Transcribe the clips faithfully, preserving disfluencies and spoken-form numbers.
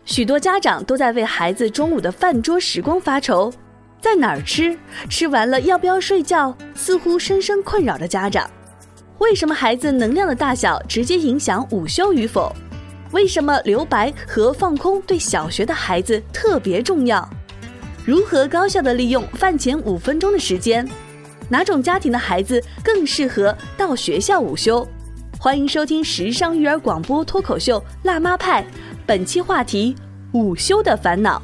许多家长都在为孩子中午的饭桌时光发愁，在哪儿吃？吃完了要不要睡觉？似乎深深困扰着家长。为什么孩子能量的大小直接影响午休与否？为什么留白和放空对小学的孩子特别重要？如何高效地利用饭前五分钟的时间？哪种家庭的孩子更适合到学校午休？欢迎收听时尚育儿广播脱口秀《辣妈派》，本期话题：午休的烦恼。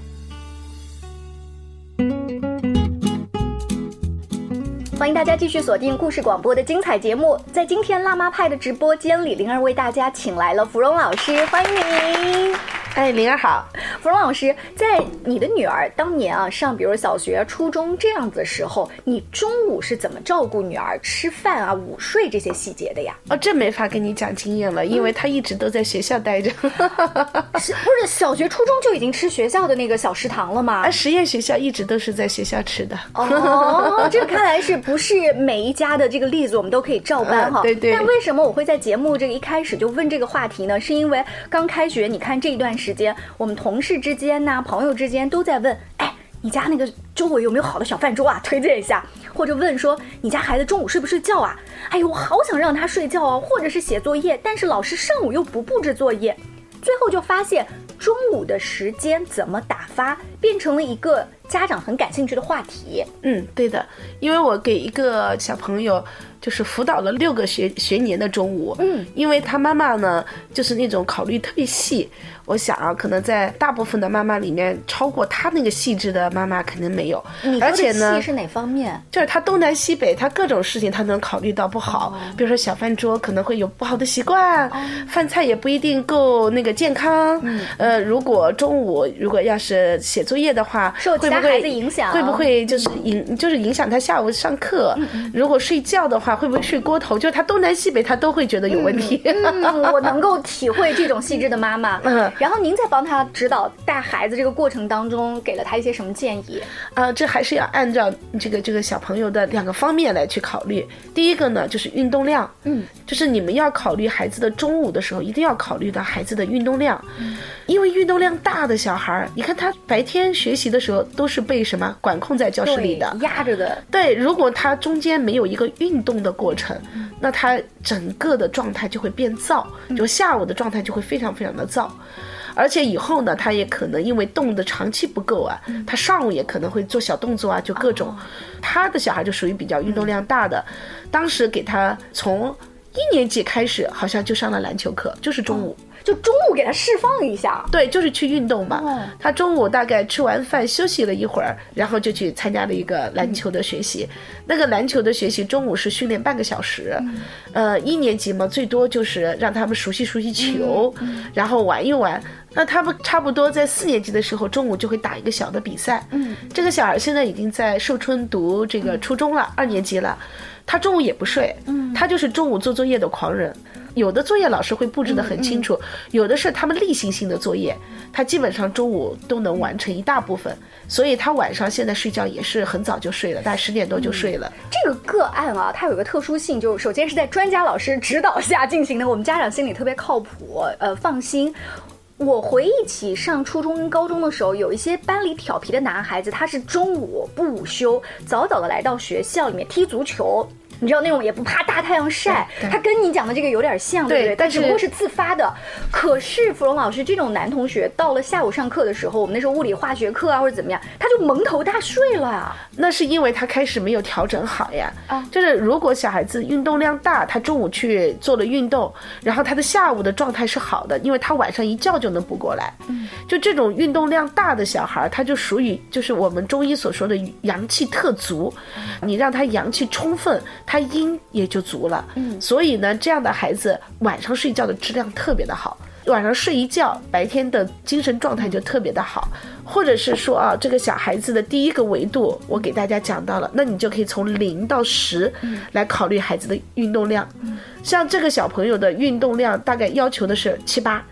欢迎大家继续锁定故事广播的精彩节目。在今天辣妈派的直播间里，灵儿为大家请来了芙蓉老师，欢迎您。 哎，灵儿好。 芙蓉老师，在你的女儿当年啊上比如小学初中这样子的时候，你中午是怎么照顾女儿吃饭啊午睡这些细节的呀？ 哦，这没法跟你讲经验了，因为她一直都在学校待着。 是不是小学初中就已经吃学校的那个小食堂了吗？ 啊，实验学校一直都是在学校吃的。 哦，这个看来是不是每一家的这个例子我们都可以照搬哈、 呃？对对。 但为什么我会在节目这个一开始就问这个话题呢？是因为刚开学，你看这一段时间，我们同事之间呐、朋友之间都在问，哎，你家那个周围有没有好的小饭桌啊？推荐一下。或者问说，你家孩子中午睡不睡觉啊？哎呦，我好想让他睡觉啊，或者是写作业，但是老师上午又不布置作业。最后就发现，中午的时间怎么打发，变成了一个家长很感兴趣的话题。 嗯，对的，因为我给一个小朋友就是辅导了六个学学年的中午，嗯，因为他妈妈呢就是那种考虑特别细，我想啊，可能在大部分的妈妈里面，超过他那个细致的妈妈肯定没有。 你说的细是哪方面？ 就是他东南西北，他各种事情他能考虑到不好，哦、比如说小饭桌可能会有不好的习惯，哦、饭菜也不一定够那个健康。嗯，呃，如果中午如果要是写作业的话， 受其他孩子影响， 会不会就是影就是影响他下午上课？嗯、如果睡觉的话，会不会睡过头？就是他东南西北他都会觉得有问题。 嗯，嗯我能够体会这种细致的妈妈。嗯。然后您在帮他指导带孩子这个过程当中，给了他一些什么建议？ 啊、呃，这还是要按照这个这个小朋友的两个方面来去考虑。第一个呢，就是运动量，嗯，就是你们要考虑孩子的中午的时候，一定要考虑到孩子的运动量，嗯，因为运动量大的小孩，你看他白天学习的时候都是被什么管控在教室里的， 压着的。 对，如果他中间没有一个运动的过程，嗯、那他整个的状态就会变燥，就下午的状态就会非常非常的燥。而且以后呢，他也可能因为动的长期不够啊，嗯、他上午也可能会做小动作啊，就各种。哦、他的小孩就属于比较运动量大的。嗯、当时给他从一年级开始，好像就上了篮球课，就是中午。 哦，就中午给他释放一下， 对，就是去运动吧。哦、他中午大概吃完饭休息了一会儿，然后就去参加了一个篮球的学习。嗯、那个篮球的学习中午是训练半个小时，嗯、呃，一年级嘛，最多就是让他们熟悉熟悉球，嗯、然后玩一玩。那他们差不多在四年级的时候，中午就会打一个小的比赛。嗯，这个小孩现在已经在寿春读这个初中了，嗯、二年级了。他中午也不睡，嗯，他就是中午做作业的狂人。有的作业老师会布置得很清楚，嗯嗯、有的是他们例行性的作业，他基本上中午都能完成一大部分，所以他晚上现在睡觉也是很早就睡了，大概十点多就睡了。 嗯、这个个案啊，它有一个特殊性，就首先是在专家老师指导下进行的，我们家长心里特别靠谱，呃，放心。我回忆起上初中跟高中的时候，有一些班里调皮的男孩子，他是中午不午休，早早的来到学校里面踢足球。你知道那种也不怕大太阳晒，他跟你讲的这个有点像，对不对？但只不过是自发的。可是芙蓉老师这种男同学，到了下午上课的时候，我们那时候物理化学课啊或者怎么样，他就蒙头大睡了呀。 那是因为他开始没有调整好呀。啊，就是如果小孩子运动量大，他中午去做了运动，然后他的下午的状态是好的，因为他晚上一觉就能补过来。嗯，就这种运动量大的小孩，他就属于就是我们中医所说的阳气特足，你让他阳气充分，他阴也就足了。嗯，所以呢，这样的孩子晚上睡觉的质量特别的好，晚上睡一觉，白天的精神状态就特别的好。或者是说啊，这个小孩子的第一个维度我给大家讲到了，那你就可以从零到十来考虑孩子的运动量。嗯，像这个小朋友的运动量大概要求的是七八，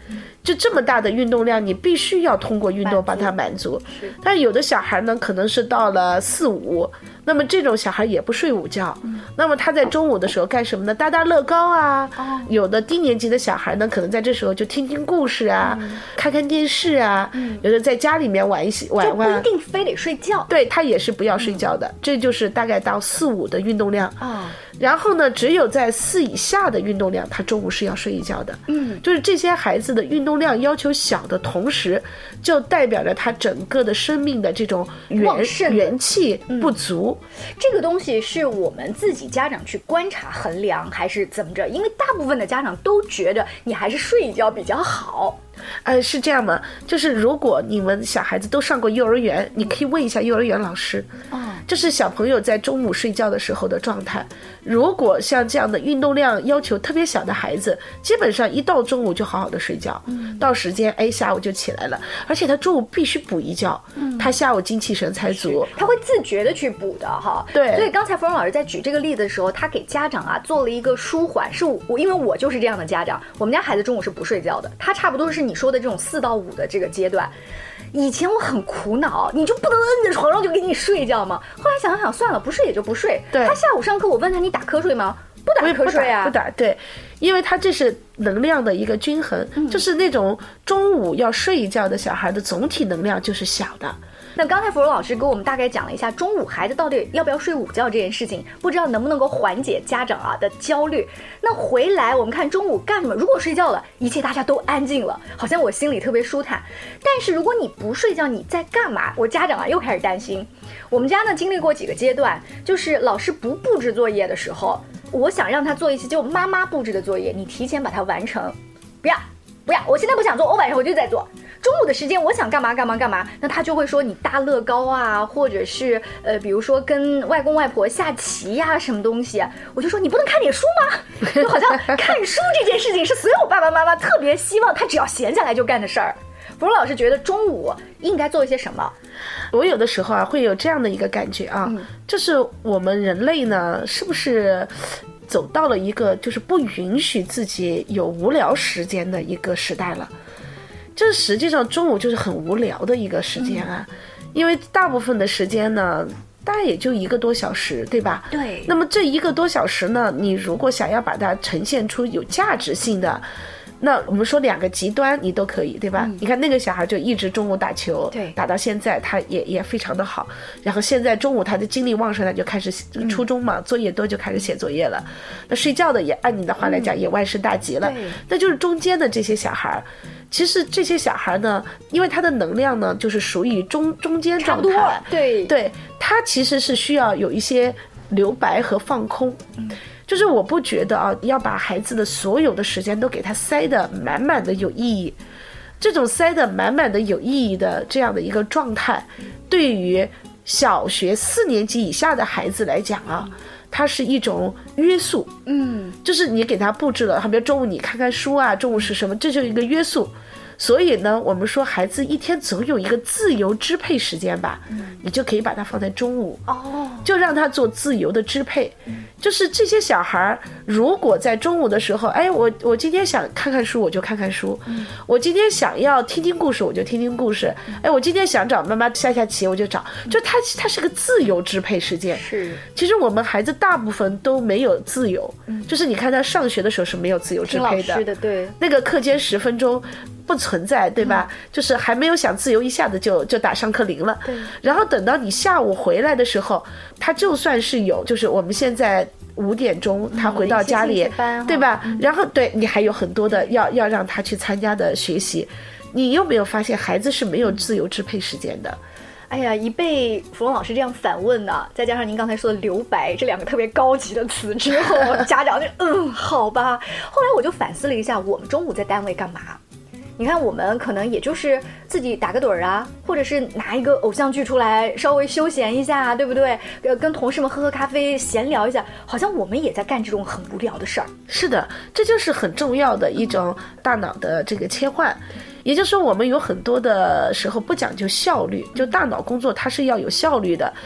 就这么大的运动量，你必须要通过运动把它满足。但是有的小孩呢，可能是到了四五，那么这种小孩也不睡午觉，嗯、那么他在中午的时候干什么呢？搭搭乐高啊。哦、有的低年级的小孩呢，可能在这时候就听听故事啊，嗯、看看电视啊。嗯、有的在家里面玩一些玩玩， 就不一定非得睡觉。 对，他也是不要睡觉的。嗯、这就是大概到四五的运动量。哦、然后呢，只有在四以下的运动量，他中午是要睡一觉的。嗯，就是这些孩子的运动量要求小的同时，就代表着他整个的生命的这种元元气不足。 嗯、这个东西是我们自己家长去观察衡量，还是怎么着？因为大部分的家长都觉得你还是睡一觉比较好。 呃，是这样吗？就是如果你们小孩子都上过幼儿园，你可以问一下幼儿园老师，哦，就是小朋友在中午睡觉的时候的状态。如果像这样的运动量要求特别小的孩子，基本上一到中午就好好的睡觉，嗯、到时间哎下午就起来了，而且他中午必须补一觉，嗯、他下午精气神才足， 他会自觉的去补的哈。 对， 所以刚才芙蓉老师在举这个例子的时候，他给家长啊做了一个舒缓，是我因为我就是这样的家长，我们家孩子中午是不睡觉的，他差不多是你说的这种四到五的这个阶段。以前我很苦恼，你就不能摁在床上就给你睡觉吗？后来想想算了，不睡也就不睡。 对， 他下午上课，我问他你打瞌睡吗？不打瞌睡啊， 不打，不打，对，因为他这是能量的一个均衡，嗯、就是那种中午要睡一觉的小孩的总体能量就是小的。 那刚才芙蓉老师给我们大概讲了一下中午孩子到底要不要睡午觉这件事情，不知道能不能够缓解家长啊的焦虑。那回来我们看中午干什么？如果睡觉了，一切大家都安静了，好像我心里特别舒坦。但是如果你不睡觉，你在干嘛？我家长啊又开始担心。我们家呢经历过几个阶段，就是老师不布置作业的时候，我想让他做一些就妈妈布置的作业，你提前把它完成。不要不要，我现在不想做，我晚上回去再做。中午的时间我想干嘛干嘛干嘛，那他就会说你搭乐高啊，或者是呃，比如说跟外公外婆下棋呀、啊，什么东西、啊，我就说你不能看点书吗？就好像看书这件事情是所有爸爸妈妈特别希望他只要闲下来就干的事儿。芙蓉老师觉得中午应该做一些什么？ 我有的时候啊会有这样的一个感觉啊，嗯、就是我们人类呢是不是走到了一个就是不允许自己有无聊时间的一个时代了？就是实际上中午就是很无聊的一个时间啊，嗯、因为大部分的时间呢大概也就一个多小时，对吧？ 对。 那么这一个多小时呢，你如果想要把它呈现出有价值性的，那我们说两个极端你都可以，对吧？嗯、你看那个小孩就一直中午打球， 对， 打到现在他也也非常的好，然后现在中午他的精力旺盛，他就开始初中嘛，嗯、作业多就开始写作业了。那睡觉的也按你的话来讲、嗯、也万事大吉了。那就是中间的这些小孩。其实这些小孩呢，因为他的能量呢，就是属于中中间状态， 对对，他其实是需要有一些留白和放空。嗯，就是我不觉得啊，要把孩子的所有的时间都给他塞得满满的有意义。这种塞得满满的有意义的这样的一个状态，对于小学四年级以下的孩子来讲啊。它是一种约束，嗯，就是你给他布置了，比如中午你看看书啊，中午是什么，这就是一个约束。所以呢，我们说孩子一天总有一个自由支配时间吧，嗯、你就可以把它放在中午，哦，就让他做自由的支配。嗯、就是这些小孩如果在中午的时候，哎，我我今天想看看书，我就看看书；嗯、我今天想要听听故事，我就听听故事。嗯、哎，我今天想找妈妈下下棋，我就找。就他他是个自由支配时间。 是， 其实我们孩子大部分都没有自由，嗯、就是你看他上学的时候是没有自由支配的， 是的，对， 那个课间十分钟。不存在，对吧？嗯、就是还没有想自由，一下子就就打上课铃了。对。然后等到你下午回来的时候，他就算是有，就是我们现在五点钟他回到家里，嗯、对吧？嗯、然后对你还有很多的要要让他去参加的学习，你有没有发现孩子是没有自由支配时间的？ 哎呀，一被芙蓉老师这样反问呢、啊，再加上您刚才说的留白这两个特别高级的词之后，家长就嗯，好吧。后来我就反思了一下，我们中午在单位干嘛？你看我们可能也就是自己打个盹儿啊，或者是拿一个偶像剧出来稍微休闲一下，对不对？呃，跟同事们喝喝咖啡闲聊一下，好像我们也在干这种很无聊的事儿。 是的，这就是很重要的一种大脑的这个切换。也就是说我们有很多的时候不讲究效率，就大脑工作它是要有效率的。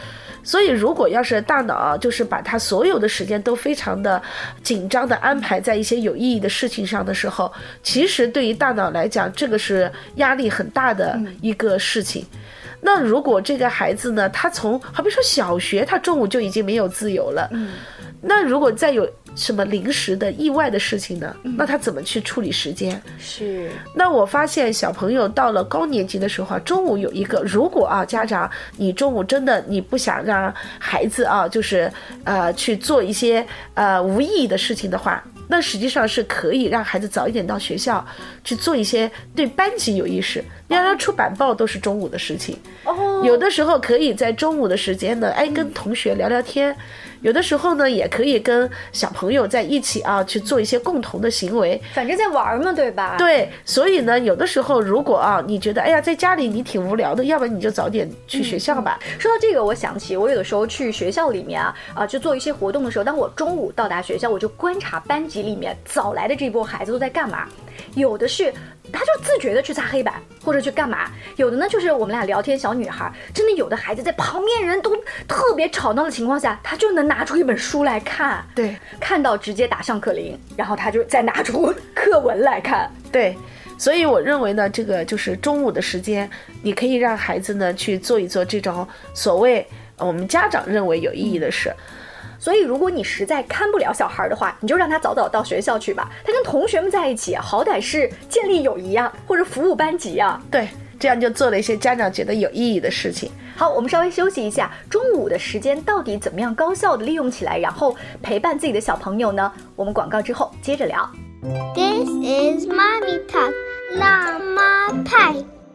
所以如果要是大脑就是把他所有的时间都非常的紧张的安排在一些有意义的事情上的时候，其实对于大脑来讲，这个是压力很大的一个事情。那如果这个孩子呢，他从好比说小学，他中午就已经没有自由了，嗯，那如果再有什么临时的意外的事情呢，嗯，那他怎么去处理时间？ 是。 那我发现小朋友到了高年级的时候啊，中午有一个，如果啊家长你中午真的你不想让孩子啊就是呃去做一些呃无意义的事情的话，那实际上是可以让孩子早一点到学校去做一些对班级有意识。你让他出板报都是中午的事情，哦，有的时候可以在中午的时间呢，哎，跟同学聊聊天，有的时候呢，也可以跟小朋友在一起啊，去做一些共同的行为。 反正在玩嘛，对吧？ 对，所以呢，有的时候如果啊，你觉得哎呀，在家里你挺无聊的，要不然你就早点去学校吧。 嗯，说到这个，我想起我有的时候去学校里面啊，啊、呃，就做一些活动的时候，当我中午到达学校，我就观察班级里面早来的这波孩子都在干嘛。有的是他就自觉的去擦黑板或者去干嘛，有的呢就是我们俩聊天，小女孩真的有的孩子在旁边人都特别吵闹的情况下，他就能拿出一本书来看， 对， 看到直接打上课铃，然后他就再拿出课文来看， 对。所以我认为呢，这个就是中午的时间，你可以让孩子呢去做一做这种所谓我们家长认为有意义的事。 所以如果你实在看不了小孩的话，你就让他早早到学校去吧，他跟同学们在一起好歹是建立友谊啊，或者服务班级啊。 对，这样就做了一些家长觉得有意义的事情。 好，我们稍微休息一下，中午的时间到底怎么样高效的利用起来，然后陪伴自己的小朋友呢？我们广告之后接着聊。 This is Mommy Talk 辣妈派。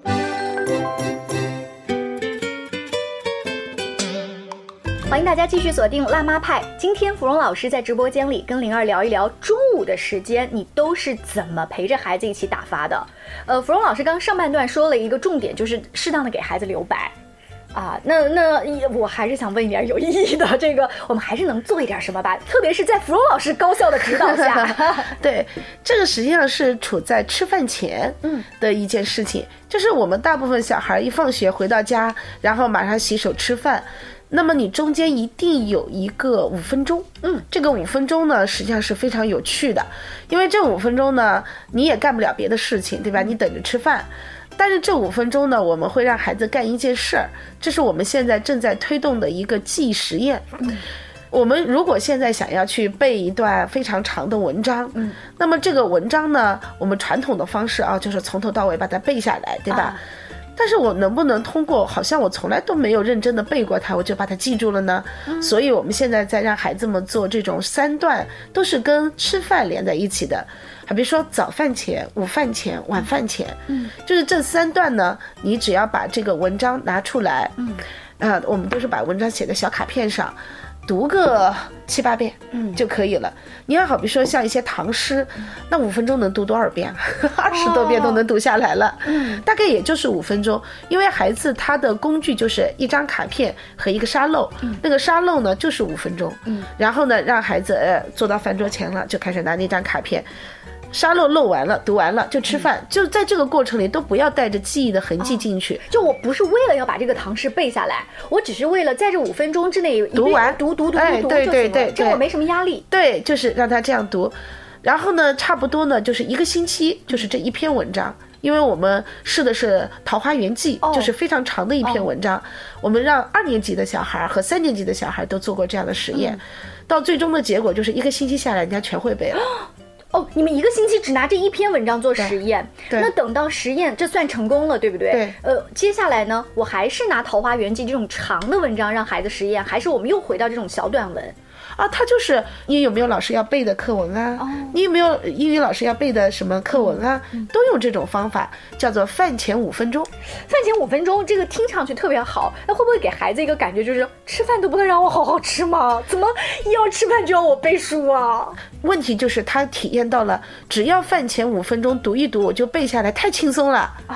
欢迎大家继续锁定辣妈派。今天芙蓉老师在直播间里跟灵儿聊一聊中午的时间你都是怎么陪着孩子一起打发的。呃，芙蓉老师刚上半段说了一个重点，就是适当的给孩子留白啊，那那我还是想问一点有意义的，这个我们还是能做一点什么吧，特别是在芙蓉老师高效的指导下。 对，这个实际上是处在吃饭前的一件事情，嗯，就是我们大部分小孩一放学回到家，然后马上洗手吃饭，那么你中间一定有一个五分钟，嗯，这个五分钟呢，实际上是非常有趣的，因为这五分钟呢，你也干不了别的事情，对吧？你等着吃饭。但是这五分钟呢，我们会让孩子干一件事儿，这是我们现在正在推动的一个记忆实验。嗯，我们如果现在想要去背一段非常长的文章，嗯，那么这个文章呢，我们传统的方式啊，就是从头到尾把它背下来，对吧？啊，但是我能不能通过好像我从来都没有认真的背过它，我就把它记住了呢？嗯，所以我们现在在让孩子们做这种三段，都是跟吃饭连在一起的。比如说早饭前、午饭前、晚饭前，嗯，就是这三段呢，你只要把这个文章拿出来，嗯，呃，我们都是把文章写在小卡片上，读个七八遍，嗯，就可以了。你要好比说像一些唐诗，嗯，那五分钟能读多少遍？二十多遍都能读下来了，嗯，大概也就是五分钟。因为孩子他的工具就是一张卡片和一个沙漏，嗯，那个沙漏呢就是五分钟，嗯，然后呢让孩子呃坐到饭桌前了，就开始拿那张卡片。沙漏漏完了，读完了就吃饭，嗯，就在这个过程里都不要带着记忆的痕迹进去，哦， 就我不是为了要把这个唐诗背下来，我只是为了在这五分钟之内读完读读读读哎， 读对对对， 这样我没什么压力。 对，就是让他这样读，然后呢差不多呢就是一个星期，就是这一篇文章，因为我们试的是《桃花源记》，哦，就是非常长的一篇文章，哦，我们让二年级的小孩和三年级的小孩都做过这样的实验，嗯，到最终的结果就是一个星期下来人家全会背了。 哦，你们一个星期只拿这一篇文章做实验，那等到实验这算成功了，对不对？ 对。 呃，接下来呢，我还是拿《桃花源记》这种长的文章让孩子实验，还是我们又回到这种小短文？ 啊，他就是你有没有老师要背的课文啊？哦，你有没有英语老师要背的什么课文啊？嗯，都用这种方法，叫做饭前五分钟。 饭前五分钟，这个听上去特别好，那会不会给孩子一个感觉，就是吃饭都不能让我好好吃吗？怎么一要吃饭就要我背书啊？ 问题就是他体验到了，只要饭前五分钟读一读，我就背下来，太轻松了。哦，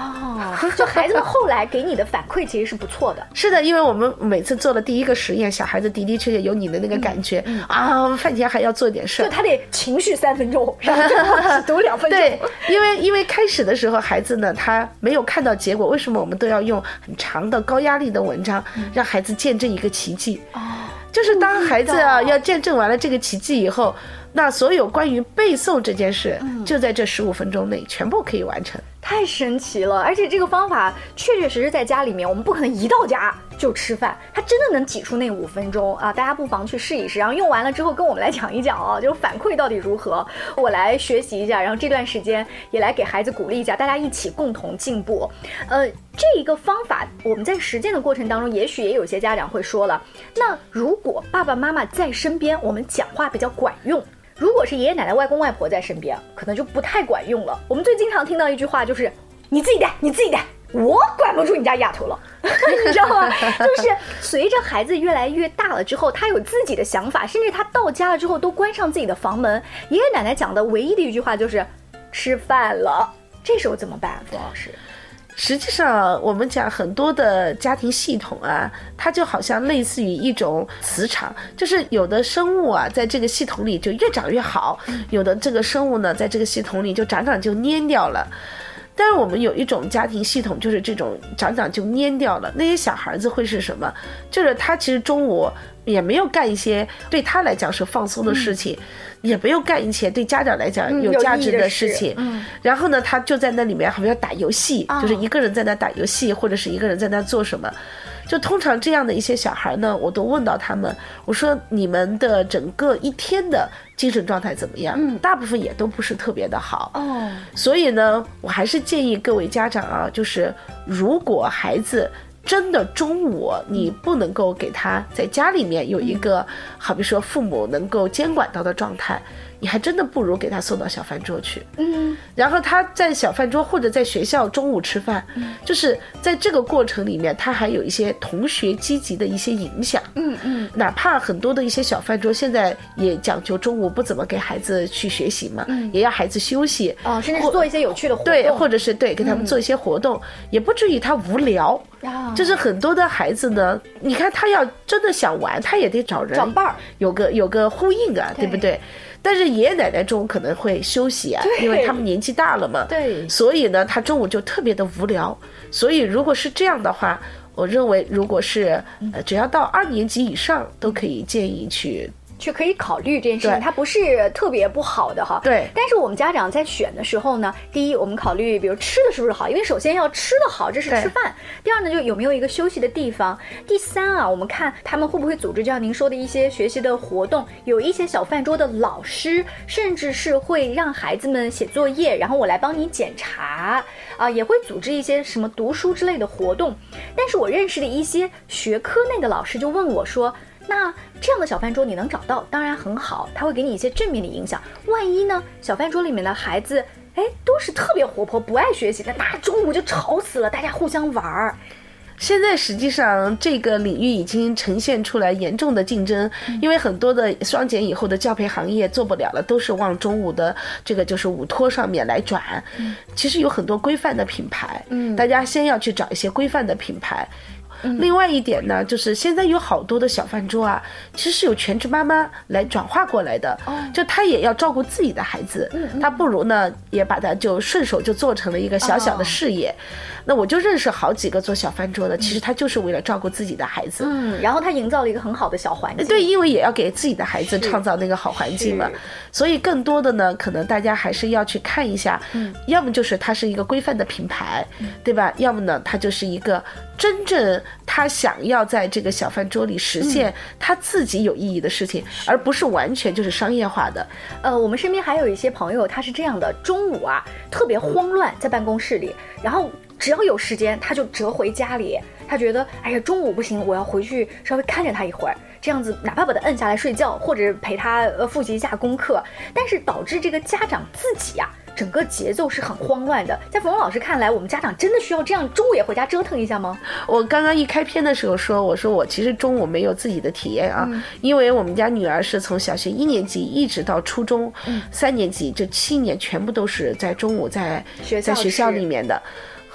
啊，就孩子们后来给你的反馈其实是不错的。 是的，因为我们每次做了第一个实验，小孩子的的确确有你的那个感觉、嗯嗯、啊，饭前还要做点事， 就他得情绪三分钟，然后只读两分钟。 对，因为因为开始的时候孩子呢他没有看到结果，为什么我们都要用很长的高压力的文章、嗯、让孩子见证一个奇迹？哦，就是当孩子啊要见证完了这个奇迹以后，那所有关于背诵这件事、嗯、就在这十五分钟内全部可以完成。 太神奇了，而且这个方法确确实实在家里面，我们不可能一到家就吃饭，它真的能挤出那五分钟啊！大家不妨去试一试，然后用完了之后跟我们来讲一讲啊，就是反馈到底如何，我来学习一下，然后这段时间也来给孩子鼓励一下，大家一起共同进步。呃，这一个方法我们在实践的过程当中，也许也有些家长会说了，那如果爸爸妈妈在身边，我们讲话比较管用。如果是爷爷奶奶外公外婆在身边，可能就不太管用了。我们最经常听到一句话就是你自己带你自己带，我管不住你家丫头了你知道吗？就是随着孩子越来越大了之后，他有自己的想法，甚至他到家了之后都关上自己的房门，爷爷奶奶讲的唯一的一句话就是吃饭了。这时候怎么办，冯老师？ 实际上我们讲很多的家庭系统啊，它就好像类似于一种磁场，就是有的生物啊在这个系统里就越长越好，有的这个生物呢在这个系统里就长长就蔫掉了。但是我们有一种家庭系统，就是这种长长就蔫掉了，那些小孩子会是什么？就是他其实中午也没有干一些对他来讲是放松的事情、嗯、也没有干一些对家长来讲有价值的事情、嗯、然后呢他就在那里面好像打游戏、哦、就是一个人在那打游戏，或者是一个人在那做什么。就通常这样的一些小孩呢，我都问到他们，我说你们的整个一天的精神状态怎么样？嗯，大部分也都不是特别的好。哦，所以呢，我还是建议各位家长啊，就是如果孩子真的中午你不能够给他在家里面有一个、嗯、好比说父母能够监管到的状态，你还真的不如给他送到小饭桌去。嗯，然后他在小饭桌或者在学校中午吃饭、嗯、就是在这个过程里面他还有一些同学积极的一些影响。嗯嗯，哪怕很多的一些小饭桌现在也讲究中午不怎么给孩子去学习嘛、嗯、也要孩子休息哦，甚至是做一些有趣的活动， 对，或者是对给他们做一些活动、嗯、也不至于他无聊、哦、就是很多的孩子呢，你看他要真的想玩，他也得找人找伴儿， 有个有个呼应啊， 对, 对不对？但是爷爷奶奶中午可能会休息啊，因为他们年纪大了嘛， 对， 所以呢他中午就特别的无聊。所以如果是这样的话，我认为如果是呃只要到二年级以上都可以建议去去可以考虑这件事情，它不是特别不好的哈。 对。 但是我们家长在选的时候呢，第一我们考虑比如吃的是不是好，因为首先要吃的好，这是吃饭。第二呢，就有没有一个休息的地方。第三啊，我们看他们会不会组织就像您说的一些学习的活动，有一些小饭桌的老师甚至是会让孩子们写作业，然后我来帮你检查啊，也会组织一些什么读书之类的活动。但是我认识的一些学科内的老师就问我说，那这样的小饭桌你能找到当然很好，它会给你一些正面的影响。万一呢小饭桌里面的孩子哎都是特别活泼不爱学习的，那中午就吵死了，大家互相玩。 现在实际上这个领域已经呈现出来严重的竞争、嗯、因为很多的双减以后的教培行业做不了了，都是往中午的这个就是午托上面来转、嗯、其实有很多规范的品牌、嗯、大家先要去找一些规范的品牌。另外一点呢，就是现在有好多的小饭桌啊，其实是有全职妈妈来转化过来的、哦、就她也要照顾自己的孩子，她不如呢也把它就顺手就做成了一个小小的事业、哦、那我就认识好几个做小饭桌的，其实她就是为了照顾自己的孩子， 嗯，然后她营造了一个很好的小环境。 对，因为也要给自己的孩子创造那个好环境嘛，所以更多的呢可能大家还是要去看一下、嗯、要么就是它是一个规范的品牌、嗯、对吧，要么呢它就是一个真正他想要在这个小饭桌里实现他自己有意义的事情、嗯、而不是完全就是商业化的。 呃，我们身边还有一些朋友他是这样的，中午啊特别慌乱在办公室里，然后只要有时间他就折回家里，他觉得哎呀中午不行，我要回去稍微看着他一会儿，这样子哪怕把他摁下来睡觉，或者陪他呃复习一下功课，但是导致这个家长自己啊整个节奏是很慌乱的。在冯老师看来，我们家长真的需要这样中午也回家折腾一下吗？ 我刚刚一开篇的时候说，我说我其实中午没有自己的体验啊、嗯、因为我们家女儿是从小学一年级一直到初中、嗯、三年级，这七年全部都是在中午在学校在学校里面的。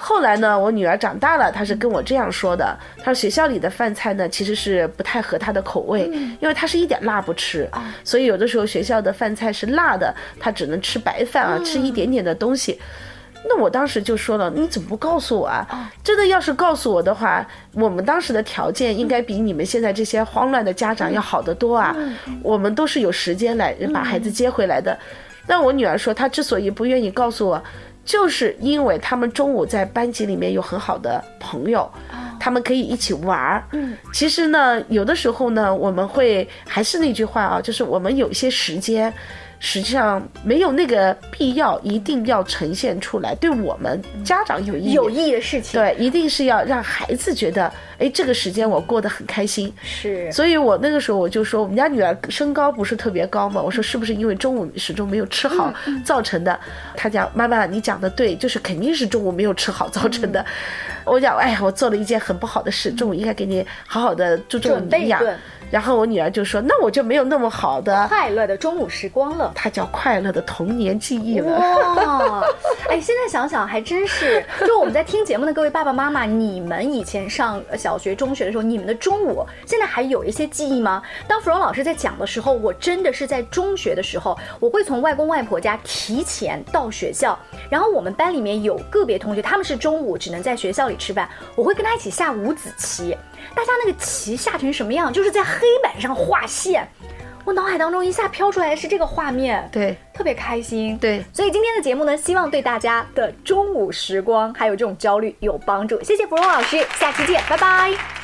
后来呢，我女儿长大了，她是跟我这样说的，她说学校里的饭菜呢其实是不太合她的口味，嗯、因为她是一点辣不吃、啊，所以有的时候学校的饭菜是辣的，她只能吃白饭啊，嗯、吃一点点的东西。那我当时就说了，你怎么不告诉我啊？真的要是告诉我的话，我们当时的条件应该比你们现在这些慌乱的家长要好得多啊。我们都是有时间来把孩子接回来的。那我女儿说，她之所以不愿意告诉我，就是因为他们中午在班级里面有很好的朋友，他们可以一起玩。嗯，其实呢，有的时候呢，我们会还是那句话啊，就是我们有一些时间。实际上没有那个必要一定要呈现出来对我们家长有意义有意义的事情， 对，一定是要让孩子觉得哎，这个时间我过得很开心。 是， 所以我那个时候我就说，我们家女儿身高不是特别高嘛，我说是不是因为中午始终没有吃好造成的？她讲妈妈你讲的对，就是肯定是中午没有吃好造成的。嗯、我讲哎呀，我做了一件很不好的事，中午应该给你好好的注重营养。然后我女儿就说，那我就没有那么好的快乐的中午时光了， 它叫快乐的童年记忆了。 哇，哎，现在想想还真是，就我们在听节目的各位爸爸妈妈，你们以前上小学中学的时候，你们的中午现在还有一些记忆吗？当芙蓉老师在讲的时候，我真的是在中学的时候，我会从外公外婆家提前到学校，然后我们班里面有个别同学，他们是中午只能在学校里吃饭，我会跟他一起下五子棋。大家那个棋下成什么样，就是在黑板上画线，我脑海当中一下飘出来的是这个画面， 对， 特别开心。 对， 所以今天的节目呢，希望对大家的中午时光还有这种焦虑有帮助。谢谢芙蓉老师，下期见，拜拜。